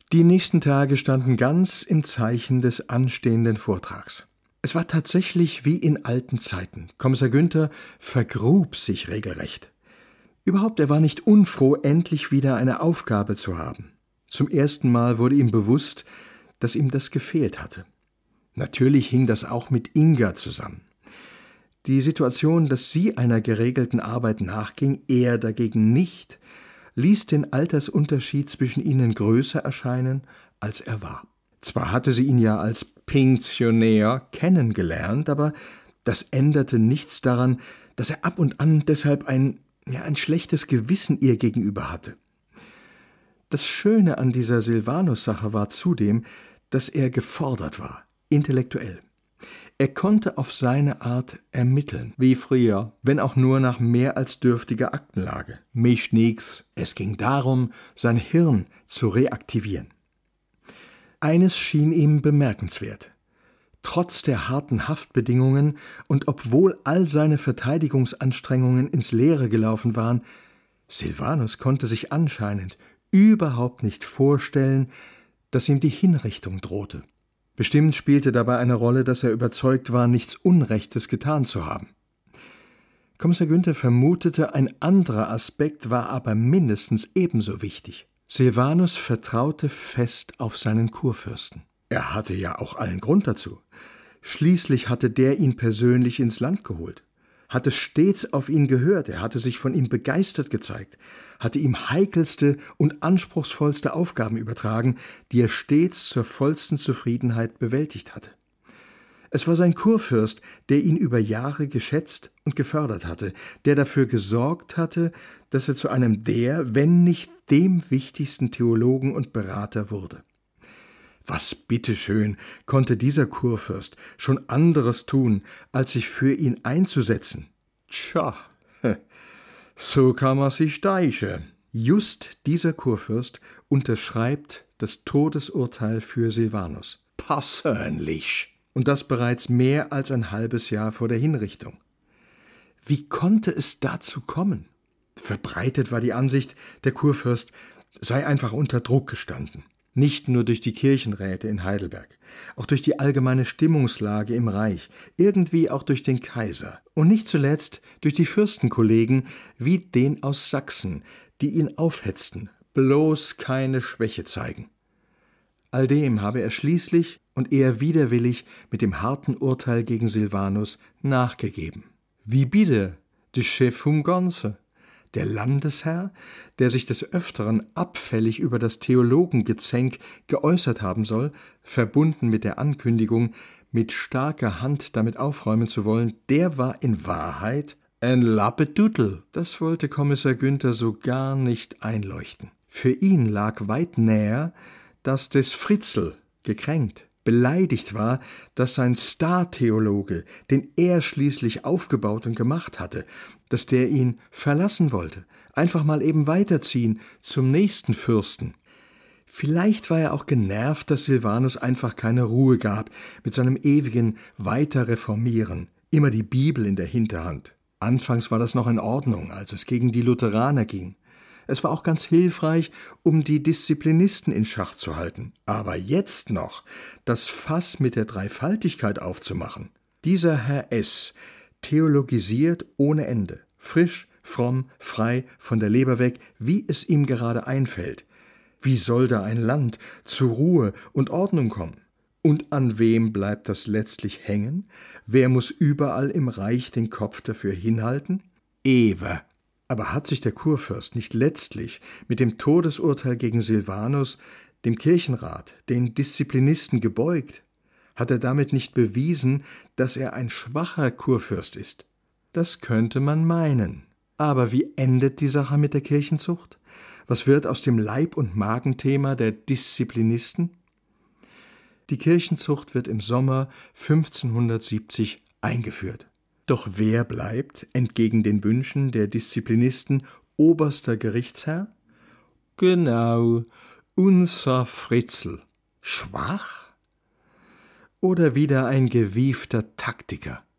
Die nächsten Tage standen ganz im Zeichen des anstehenden Vortrags. Es war tatsächlich wie in alten Zeiten. Kommissar Günther vergrub sich regelrecht. Überhaupt, er war nicht unfroh, endlich wieder eine Aufgabe zu haben. Zum ersten Mal wurde ihm bewusst, dass ihm das gefehlt hatte. Natürlich hing das auch mit Inga zusammen. Die Situation, dass sie einer geregelten Arbeit nachging, er dagegen nicht, ließ den Altersunterschied zwischen ihnen größer erscheinen, als er war. Zwar hatte sie ihn ja als Pensionär kennengelernt, aber das änderte nichts daran, dass er ab und an deshalb ein schlechtes Gewissen ihr gegenüber hatte. Das Schöne an dieser Silvanus-Sache war zudem, dass er gefordert war, intellektuell. Er konnte auf seine Art ermitteln, wie früher, wenn auch nur nach mehr als dürftiger Aktenlage. Mich nix. Es ging darum, sein Hirn zu reaktivieren. Eines schien ihm bemerkenswert. Trotz der harten Haftbedingungen und obwohl all seine Verteidigungsanstrengungen ins Leere gelaufen waren, Silvanus konnte sich anscheinend überhaupt nicht vorstellen, dass ihm die Hinrichtung drohte. Bestimmt spielte dabei eine Rolle, dass er überzeugt war, nichts Unrechtes getan zu haben. Kommissar Günther vermutete, ein anderer Aspekt war aber mindestens ebenso wichtig. Silvanus vertraute fest auf seinen Kurfürsten. Er hatte ja auch allen Grund dazu. Schließlich hatte der ihn persönlich ins Land geholt, hatte stets auf ihn gehört, er hatte sich von ihm begeistert gezeigt, hatte ihm heikelste und anspruchsvollste Aufgaben übertragen, die er stets zur vollsten Zufriedenheit bewältigt hatte. Es war sein Kurfürst, der ihn über Jahre geschätzt und gefördert hatte, der dafür gesorgt hatte, dass er zu einem der, wenn nicht dem wichtigsten Theologen und Berater wurde. Was bitteschön konnte dieser Kurfürst schon anderes tun, als sich für ihn einzusetzen? Tja, so kann man sich deiche. Just dieser Kurfürst unterschreibt das Todesurteil für Silvanus. Persönlich. Und das bereits mehr als ein halbes Jahr vor der Hinrichtung. Wie konnte es dazu kommen? Verbreitet war die Ansicht, der Kurfürst sei einfach unter Druck gestanden. Nicht nur durch die Kirchenräte in Heidelberg, auch durch die allgemeine Stimmungslage im Reich, irgendwie auch durch den Kaiser und nicht zuletzt durch die Fürstenkollegen wie den aus Sachsen, die ihn aufhetzten, bloß keine Schwäche zeigen. All dem habe er schließlich und eher widerwillig mit dem harten Urteil gegen Silvanus nachgegeben. Wie bitte, der Chef vom Ganze? Der Landesherr, der sich des Öfteren abfällig über das Theologengezänk geäußert haben soll, verbunden mit der Ankündigung, mit starker Hand damit aufräumen zu wollen, der war in Wahrheit ein Lappedudel. Das wollte Kommissar Günther so gar nicht einleuchten. Für ihn lag weit näher, dass des Fritzl, gekränkt, beleidigt war, dass sein Star-Theologe, den er schließlich aufgebaut und gemacht hatte, dass der ihn verlassen wollte, einfach mal eben weiterziehen zum nächsten Fürsten. Vielleicht war er auch genervt, dass Silvanus einfach keine Ruhe gab mit seinem ewigen Weiterreformieren, immer die Bibel in der Hinterhand. Anfangs war das noch in Ordnung, als es gegen die Lutheraner ging. Es war auch ganz hilfreich, um die Disziplinisten in Schach zu halten. Aber jetzt noch das Fass mit der Dreifaltigkeit aufzumachen. Dieser Herr S. theologisiert ohne Ende, frisch, fromm, frei, von der Leber weg, wie es ihm gerade einfällt. Wie soll da ein Land zur Ruhe und Ordnung kommen? Und an wem bleibt das letztlich hängen? Wer muss überall im Reich den Kopf dafür hinhalten? Ewe. Aber hat sich der Kurfürst nicht letztlich mit dem Todesurteil gegen Silvanus, dem Kirchenrat, den Disziplinisten gebeugt? Hat er damit nicht bewiesen, dass er ein schwacher Kurfürst ist? Das könnte man meinen. Aber wie endet die Sache mit der Kirchenzucht? Was wird aus dem Leib- und Magenthema der Disziplinisten? Die Kirchenzucht wird im Sommer 1570 eingeführt. Doch wer bleibt, entgegen den Wünschen der Disziplinisten, oberster Gerichtsherr? Genau, unser Fritzl. Schwach? Oder wieder ein gewiefter Taktiker?